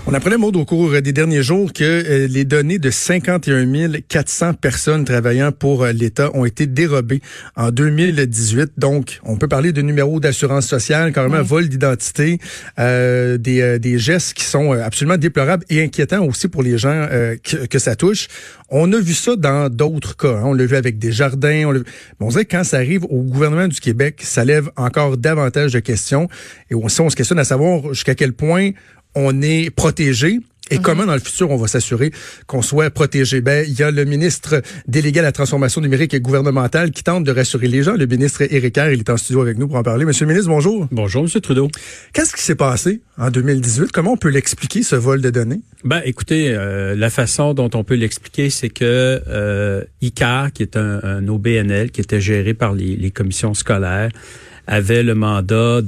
On apprenait, Maud, au cours des derniers jours que les données de 51 400 personnes travaillant pour l'État ont été dérobées en 2018. Donc, on peut parler de numéros d'assurance sociale, carrément vol d'identité, des gestes qui sont absolument déplorables et inquiétants aussi pour les gens que ça touche. On a vu ça dans d'autres cas. On l'a vu avec Desjardins. On dirait que quand ça arrive au gouvernement du Québec, ça lève encore davantage de questions. Et aussi, on se questionne à savoir jusqu'à quel point on est protégé et comment dans le futur on va s'assurer qu'on soit protégé. Il y a le ministre délégué à la transformation numérique et gouvernementale qui tente de rassurer les gens. Le ministre Éric Kerr, il est en studio avec nous pour en parler. Monsieur le ministre, bonjour. Bonjour, Monsieur Trudeau. Qu'est-ce qui s'est passé en 2018? Comment on peut l'expliquer, ce vol de données? Écoutez, la façon dont on peut l'expliquer, c'est que ICAR, qui est un OBNL, qui était géré par les commissions scolaires, avait le mandat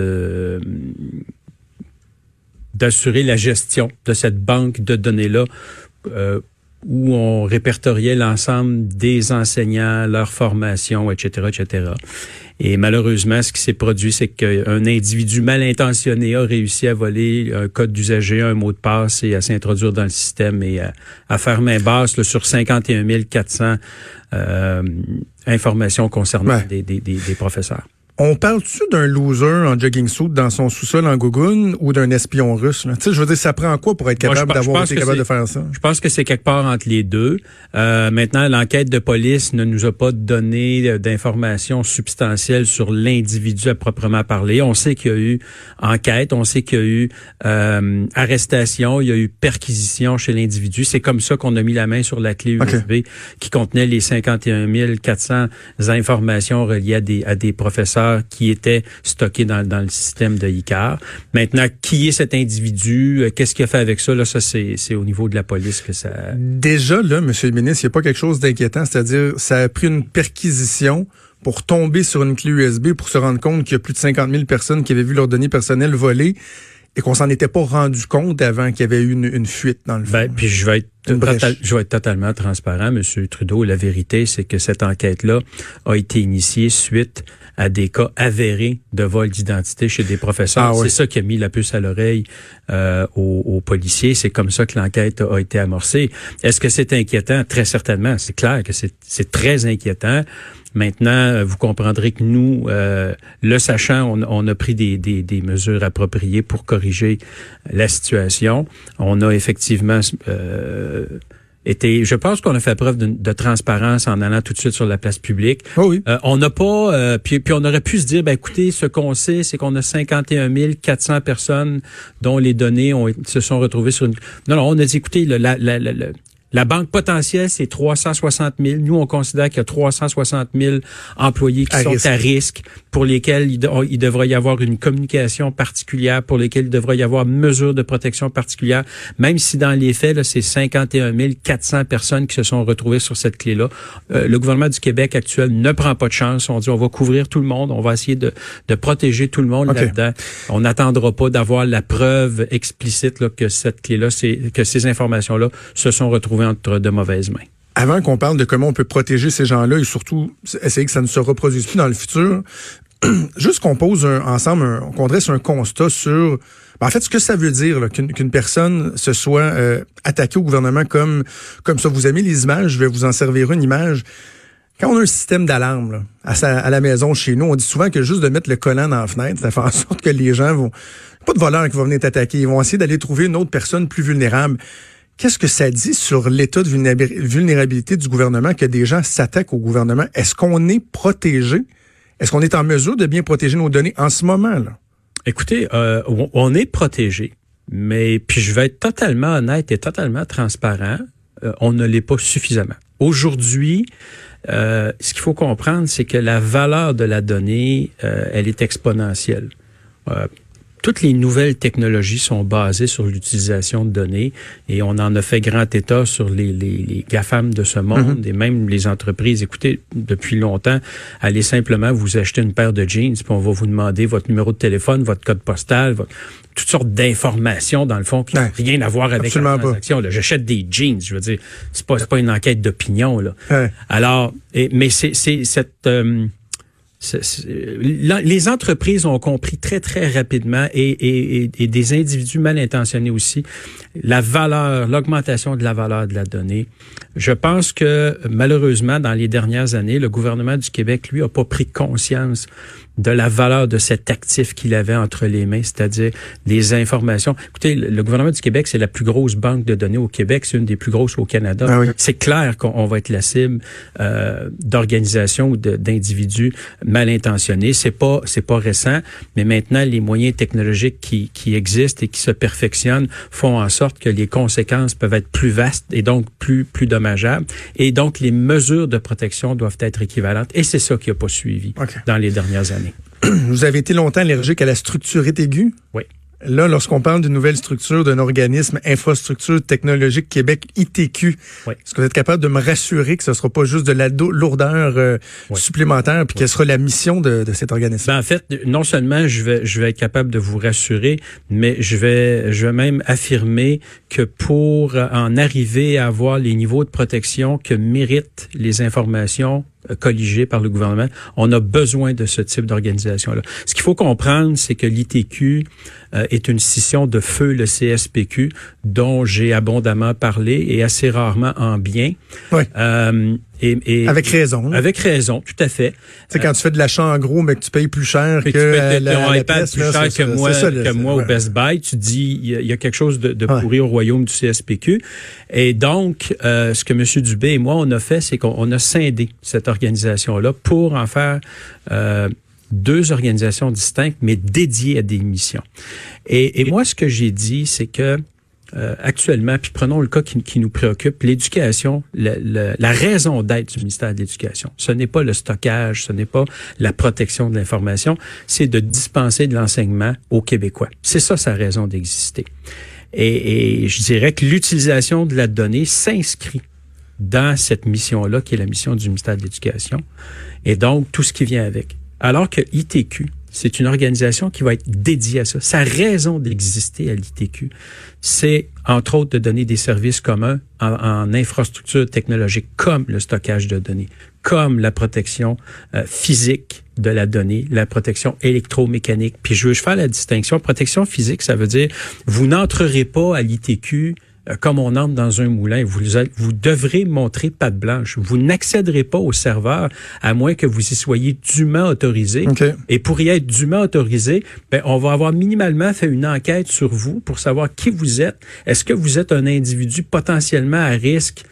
d'assurer la gestion de cette banque de données-là où on répertoriait l'ensemble des enseignants, leur formation, etc., etc. Et malheureusement, ce qui s'est produit, c'est qu'un individu mal intentionné a réussi à voler un code d'usager, un mot de passe et à s'introduire dans le système et à faire main basse là, sur 51 400 informations concernant des professeurs. On parle-tu d'un loser en jogging suit dans son sous-sol en gougoune ou d'un espion russe? Tu sais, je veux dire, ça prend quoi pour être capable d'avoir été capable de faire ça? Je pense que c'est quelque part entre les deux. Maintenant, l'enquête de police ne nous a pas donné d'informations substantielles sur l'individu à proprement parler. On sait qu'il y a eu enquête, on sait qu'il y a eu arrestation, il y a eu perquisition chez l'individu. C'est comme ça qu'on a mis la main sur la clé USB qui contenait les 51 400 informations reliées à des professeurs qui étaient stockés dans le système de ICAR. Maintenant, qui est cet individu? Qu'est-ce qu'il a fait avec ça? Là, ça, c'est au niveau de la police que ça... Déjà, là, Monsieur le ministre, il n'y a pas quelque chose d'inquiétant. C'est-à-dire, ça a pris une perquisition pour tomber sur une clé USB pour se rendre compte qu'il y a plus de 50 000 personnes qui avaient vu leurs données personnelles volées et qu'on s'en était pas rendu compte avant qu'il y avait eu une fuite dans le fond. Puis je vais être totalement transparent, Monsieur Trudeau. La vérité, c'est que cette enquête-là a été initiée suite à des cas avérés de vol d'identité chez des professeurs. C'est ça qui a mis la puce à l'oreille aux policiers. C'est comme ça que l'enquête a été amorcée. Est-ce que c'est inquiétant? Très certainement. C'est clair que c'est très inquiétant. Maintenant, vous comprendrez que nous, le sachant, on a pris des mesures appropriées pour corriger la situation. On a effectivement je pense qu'on a fait preuve de transparence en allant tout de suite sur la place publique. On n'a pas, puis on aurait pu se dire, écoutez, ce qu'on sait, c'est qu'on a 51 400 personnes dont les données se sont retrouvées sur une... Non, on a dit, écoutez, la banque potentielle, c'est 360 000. Nous, on considère qu'il y a 360 000 employés qui sont à risque, pour lesquels il devrait y avoir une communication particulière, pour lesquels il devrait y avoir mesures de protection particulière, même si dans les faits, là, c'est 51 400 personnes qui se sont retrouvées sur cette clé-là. Le gouvernement du Québec actuel ne prend pas de chance. On dit, on va couvrir tout le monde, on va essayer de protéger tout le monde là-dedans. On n'attendra pas d'avoir la preuve explicite là, que cette clé-là, que ces informations-là se sont retrouvées entre de mauvaises mains. Avant qu'on parle de comment on peut protéger ces gens-là et surtout essayer que ça ne se reproduise plus dans le futur, juste qu'on pose qu'on dresse un constat sur en fait ce que ça veut dire là, qu'une personne se soit attaquée au gouvernement comme ça. Vous avez les images, je vais vous en servir une image. Quand on a un système d'alarme là, à la maison chez nous, on dit souvent que juste de mettre le collant dans la fenêtre, ça fait en sorte que les gens vont... Pas de voleurs qui vont venir t'attaquer, ils vont essayer d'aller trouver une autre personne plus vulnérable. Qu'est-ce que ça dit sur l'état de vulnérabilité du gouvernement que des gens s'attaquent au gouvernement? Est-ce qu'on est protégé? Est-ce qu'on est en mesure de bien protéger nos données en ce moment, là? Écoutez, on est protégé, mais puis je vais être totalement honnête et totalement transparent, on ne l'est pas suffisamment. Aujourd'hui, ce qu'il faut comprendre, c'est que la valeur de la donnée, elle est exponentielle. Toutes les nouvelles technologies sont basées sur l'utilisation de données et on en a fait grand état sur les GAFAM de ce monde et même les entreprises. Écoutez, depuis longtemps, allez simplement vous acheter une paire de jeans puis on va vous demander votre numéro de téléphone, votre code postal, toutes sortes d'informations dans le fond qui n'ont rien à voir avec la transaction. Là, j'achète des jeans, je veux dire, c'est pas une enquête d'opinion là. Alors, mais c'est cette Les entreprises ont compris très, très rapidement et des individus mal intentionnés aussi, l'augmentation de la valeur de la donnée. Je pense que, malheureusement, dans les dernières années, le gouvernement du Québec, lui, a pas pris conscience de la valeur de cet actif qu'il avait entre les mains, c'est-à-dire les informations. Écoutez, le gouvernement du Québec, c'est la plus grosse banque de données au Québec, c'est une des plus grosses au Canada. Ah oui. C'est clair qu'on va être la cible d'organisations ou d'individus mal intentionnés. C'est pas récent, mais maintenant, les moyens technologiques qui existent et qui se perfectionnent font en sorte que les conséquences peuvent être plus vastes et donc plus dommageables. Et donc, les mesures de protection doivent être équivalentes. Et c'est ça qui n'a pas suivi dans les dernières années. Vous avez été longtemps allergique à la structure aiguë. Oui. Là, lorsqu'on parle d'une nouvelle structure d'un organisme Infrastructure technologique Québec, ITQ, est-ce que vous êtes capable de me rassurer que ce ne sera pas juste de la lourdeur supplémentaire, puis quelle sera la mission de cet organisme? Ben, en fait, non seulement je vais être capable de vous rassurer, mais je vais même affirmer que pour en arriver à avoir les niveaux de protection que méritent les informations colligées par le gouvernement, on a besoin de ce type d'organisation-là. Ce qu'il faut comprendre, c'est que l'ITQ est une scission de feu le CSPQ, dont j'ai abondamment parlé et assez rarement en bien. Oui. Et avec raison. Avec raison, tout à fait. C'est quand tu fais de l'achat en gros, mais que tu payes plus cher que tu payes ton iPad pièce, plus cher que moi au Best Buy, tu dis il y a quelque chose de pourri au royaume du CSPQ. Et donc, ce que M. Dubé et moi, on a fait, c'est qu'on a scindé cette organisation-là pour en faire deux organisations distinctes, mais dédiées à des missions. Et moi, ce que j'ai dit, c'est que actuellement, puis prenons le cas qui nous préoccupe, l'éducation, la raison d'être du ministère de l'Éducation. Ce n'est pas le stockage, ce n'est pas la protection de l'information, c'est de dispenser de l'enseignement aux Québécois. C'est ça sa raison d'exister. Et je dirais que l'utilisation de la donnée s'inscrit dans cette mission-là, qui est la mission du ministère de l'Éducation, et donc tout ce qui vient avec. Alors que ITQ, c'est une organisation qui va être dédiée à ça. Sa raison d'exister à l'ITQ, c'est, entre autres, de donner des services communs en infrastructure technologique, comme le stockage de données, comme la protection physique de la donnée, la protection électromécanique. Puis je veux faire la distinction. Protection physique, ça veut dire, vous n'entrerez pas à l'ITQ comme on entre dans un moulin. Vous devrez montrer patte blanche. Vous n'accéderez pas au serveur à moins que vous y soyez dûment autorisé. Okay. Et pour y être dûment autorisé, on va avoir minimalement fait une enquête sur vous pour savoir qui vous êtes. Est-ce que vous êtes un individu potentiellement à risque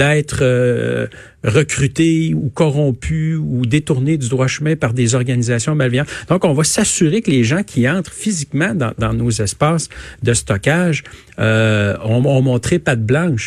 d'être recruté ou corrompu ou détourné du droit chemin par des organisations malveillantes? Donc, on va s'assurer que les gens qui entrent physiquement dans nos espaces de stockage ont montré patte blanche.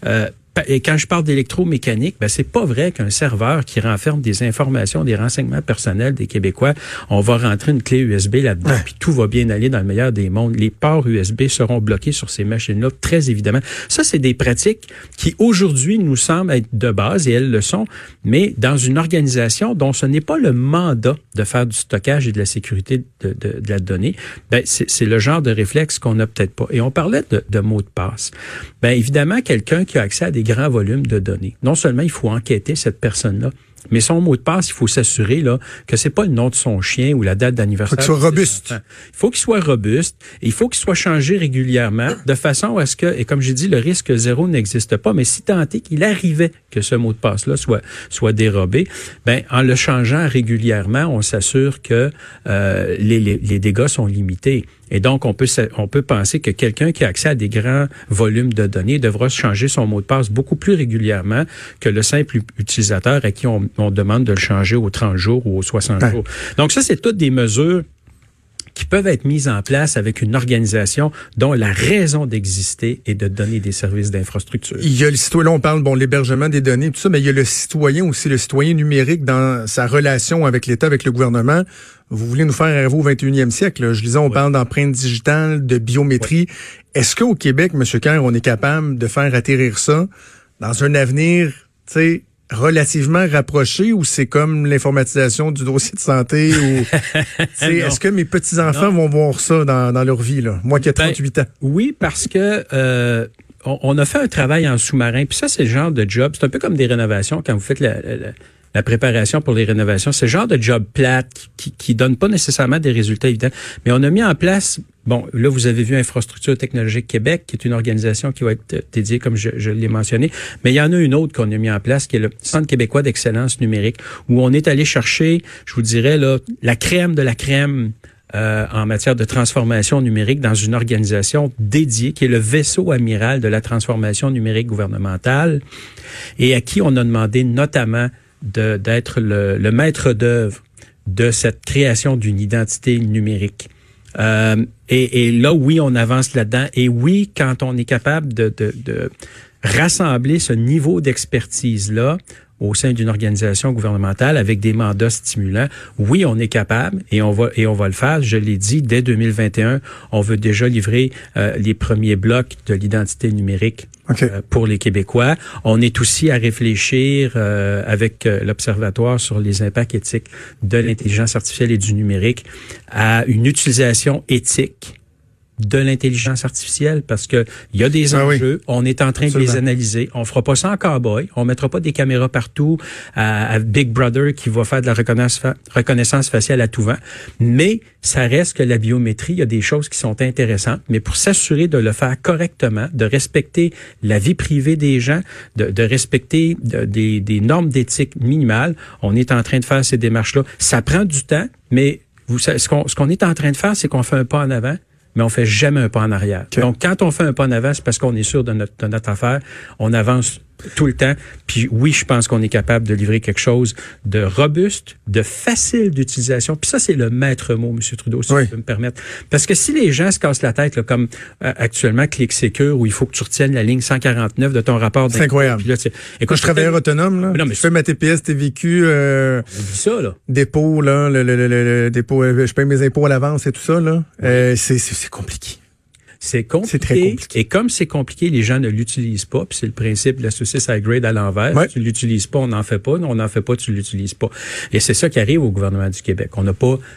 Et quand je parle d'électromécanique, c'est pas vrai qu'un serveur qui renferme des informations, des renseignements personnels des Québécois, on va rentrer une clé USB là-dedans, puis tout va bien aller dans le meilleur des mondes. Les ports USB seront bloqués sur ces machines-là, très évidemment. Ça, c'est des pratiques qui, aujourd'hui, nous semblent être de base, et elles le sont, mais dans une organisation dont ce n'est pas le mandat de faire du stockage et de la sécurité de la donnée, c'est le genre de réflexe qu'on n'a peut-être pas. Et on parlait de mots de passe. Évidemment, quelqu'un qui a accès à des grands volumes de données. Non seulement il faut enquêter cette personne-là, mais son mot de passe, il faut s'assurer là que c'est pas le nom de son chien ou la date d'anniversaire. Il faut qu'il soit robuste. Il faut qu'il soit robuste et il faut qu'il soit changé régulièrement de façon à ce que, et comme j'ai dit, le risque zéro n'existe pas, mais si tant est qu'il arrivait que ce mot de passe-là soit dérobé, en le changeant régulièrement, on s'assure que les dégâts sont limités. Et donc, on peut penser que quelqu'un qui a accès à des grands volumes de données devra changer son mot de passe beaucoup plus régulièrement que le simple utilisateur à qui on demande de le changer aux 30 jours ou aux 60 jours. Donc, ça, c'est toutes des mesures qui peuvent être mises en place avec une organisation dont la raison d'exister est de donner des services d'infrastructure. Il y a le citoyen, là on parle l'hébergement des données, tout ça, mais il y a le citoyen aussi, le citoyen numérique dans sa relation avec l'État, avec le gouvernement. Vous voulez nous faire rêver au 21e siècle. Là. Je disais, on parle d'empreintes digitales, de biométrie. Est-ce qu'au Québec, M. Kerr, on est capable de faire atterrir ça dans un avenir, tu sais, relativement rapproché, ou c'est comme l'informatisation du dossier de santé ou est-ce que mes petits-enfants vont voir ça dans leur vie, là, moi qui ai 38 ans? Oui, parce que on a fait un travail en sous-marin, puis ça, c'est le genre de job, c'est un peu comme des rénovations quand vous faites la préparation pour les rénovations. C'est le genre de job plate qui donne pas nécessairement des résultats évidents. Mais on a mis en place, bon, là, vous avez vu Infrastructure technologique Québec, qui est une organisation qui va être dédiée, comme je l'ai mentionné. Mais il y en a une autre qu'on a mis en place, qui est le Centre québécois d'excellence numérique, où on est allé chercher, je vous dirais, là, la crème de la crème en matière de transformation numérique dans une organisation dédiée qui est le vaisseau amiral de la transformation numérique gouvernementale et à qui on a demandé notamment d'être le maître d'œuvre de cette création d'une identité numérique. Et là, oui, on avance là-dedans. Et oui, quand on est capable de rassembler ce niveau d'expertise-là au sein d'une organisation gouvernementale avec des mandats stimulants, oui, on est capable et on va le faire. Je l'ai dit, dès 2021, on veut déjà livrer les premiers blocs de l'identité numérique pour les Québécois. On est aussi à réfléchir avec l'Observatoire sur les impacts éthiques de l'intelligence artificielle et du numérique à une utilisation éthique de l'intelligence artificielle parce que il y a des enjeux, on est en train de les analyser. On fera pas ça en cow-boy, on mettra pas des caméras partout à Big Brother qui va faire de la reconnaissance faciale à tout vent, mais ça reste que la biométrie, il y a des choses qui sont intéressantes, mais pour s'assurer de le faire correctement, de respecter la vie privée des gens, de respecter des normes d'éthique minimales, on est en train de faire ces démarches-là. Ça prend du temps, mais ce qu'on est en train de faire, c'est qu'on fait un pas en avant, mais on fait jamais un pas en arrière. Okay. Donc, quand on fait un pas en avant, c'est parce qu'on est sûr de notre affaire. On avance tout le temps. Puis oui, je pense qu'on est capable de livrer quelque chose de robuste, de facile d'utilisation. Puis ça, c'est le maître mot, M. Trudeau, si je peux me permettre. Parce que si les gens se cassent la tête, là, comme actuellement ClickSecure, où il faut que tu retiennes la ligne 149 de ton rapport. C'est incroyable. Puis là, écoute, je suis travailleur autonome, là. Je fais ma TPS, TVQ, on dit ça, là. Dépôt, là, le dépôt, je paye mes impôts à l'avance et tout ça, là. C'est compliqué. C'est compliqué. C'est très compliqué. Et comme c'est compliqué, les gens ne l'utilisent pas. Puis c'est le principe de la saucisse high grade à l'envers. Ouais. Tu l'utilises pas, on n'en fait pas. On n'en fait pas, tu l'utilises pas. Et c'est ça qui arrive au gouvernement du Québec. On n'a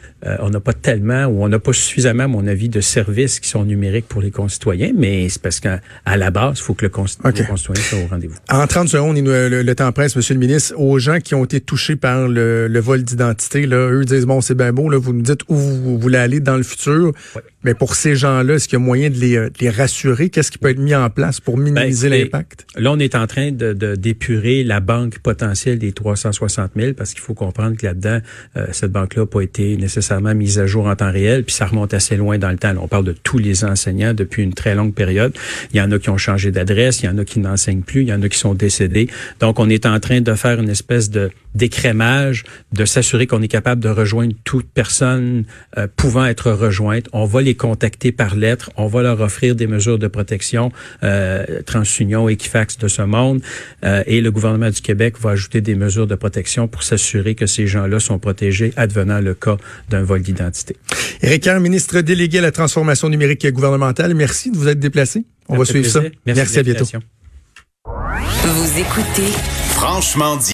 pas tellement ou on n'a pas suffisamment, à mon avis, de services qui sont numériques pour les concitoyens. Mais c'est parce qu'à la base, il faut que le concitoyen soit au rendez-vous. En 30 secondes, le temps presse, Monsieur le ministre. Aux gens qui ont été touchés par le vol d'identité, là, eux disent, bon, c'est bien beau, là, vous nous dites où vous voulez aller dans le futur. Ouais. Mais pour ces gens-là, est-ce qu'il y a moyen de les rassurer? Qu'est-ce qui peut être mis en place pour minimiser l'impact? Là, on est en train d'épurer la banque potentielle des 360 000 parce qu'il faut comprendre que là-dedans, cette banque-là n'a pas été nécessairement mise à jour en temps réel, puis ça remonte assez loin dans le temps. Là, on parle de tous les enseignants depuis une très longue période. Il y en a qui ont changé d'adresse, il y en a qui n'enseignent plus, il y en a qui sont décédés. Donc, on est en train de faire une espèce d'écrémage, de s'assurer qu'on est capable de rejoindre toute personne pouvant être rejointe. On va les contacter par lettre, on va leur offrir des mesures de protection, TransUnion, Equifax de ce monde, et le gouvernement du Québec va ajouter des mesures de protection pour s'assurer que ces gens-là sont protégés advenant le cas d'un vol d'identité. Éric Kerr, ministre délégué à la transformation numérique gouvernementale, merci de vous être déplacé. On va suivre ça. Merci à bientôt. Vous écoutez Franchement dit.